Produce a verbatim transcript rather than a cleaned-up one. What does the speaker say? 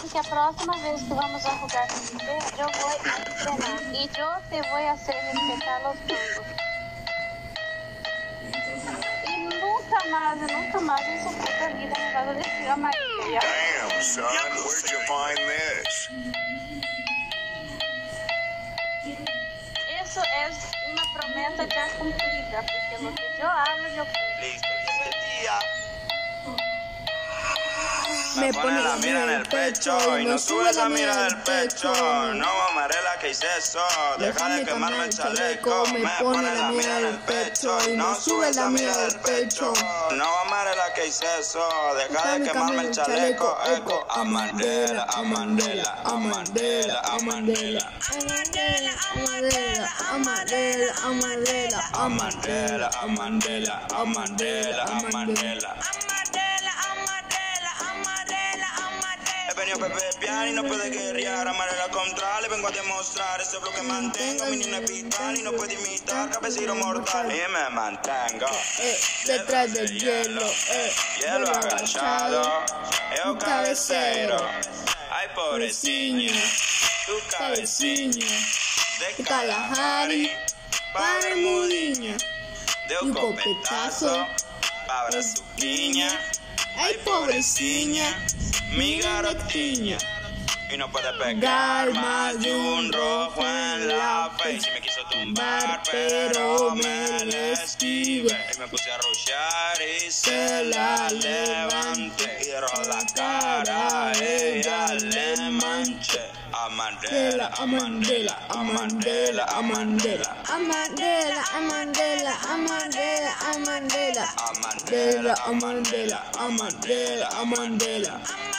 Así que a próxima vez que vamos a jugar con usted, yo voy a entrenar y yo te voy a hacer respetar los tangos. Y nunca más, nunca más en su puta vida me vas a decir a María. Damn, son, where'd you find this? Eso es una promesa ya cumplida, porque lo que yo hablo, yo cumplo. Listo, y ese día Me pone la mira en el pecho y no sube la mira del pecho. No, amarela, que hice eso. Deja de quemarme el chaleco. Me pone la mira en el pecho y no sube la mira del pecho. No, amarela, que hice eso. Deja de quemarme el chaleco. Eco, a Mandela, a Mandela, a Mandela, a Mandela. A Mandela, a Mandela, a Mandela, a Mandela, A Mandela, a Mandela, a Mandela, a Mandela. He venido a pepear y no puede guerrear. Amarela contra, le vengo a demostrar. Ese bloque mantengo, mi niño es vital y no puede imitar. Cabecero mortal y me mantengo eh, detrás del hielo, eh, hielo agachado, eu cabecero. Ay, pobrecilla, tu cabecilla de Kalahari para el mudiña. De un copetazo para su piña. Ay, pobrecilla, mi garotiña. Y no puede pegar más de un rojo en la face. Y me quiso tumbar, pero me le esquivé. Y me puse a rushear y se la levanté. Y de la cara a ella le manché. A Mandela, a Mandela, a Mandela, a Mandela. A Mandela, a Mandela, a Mandela, a Mandela, A Mandela, a Mandela, a Mandela, a Mandela.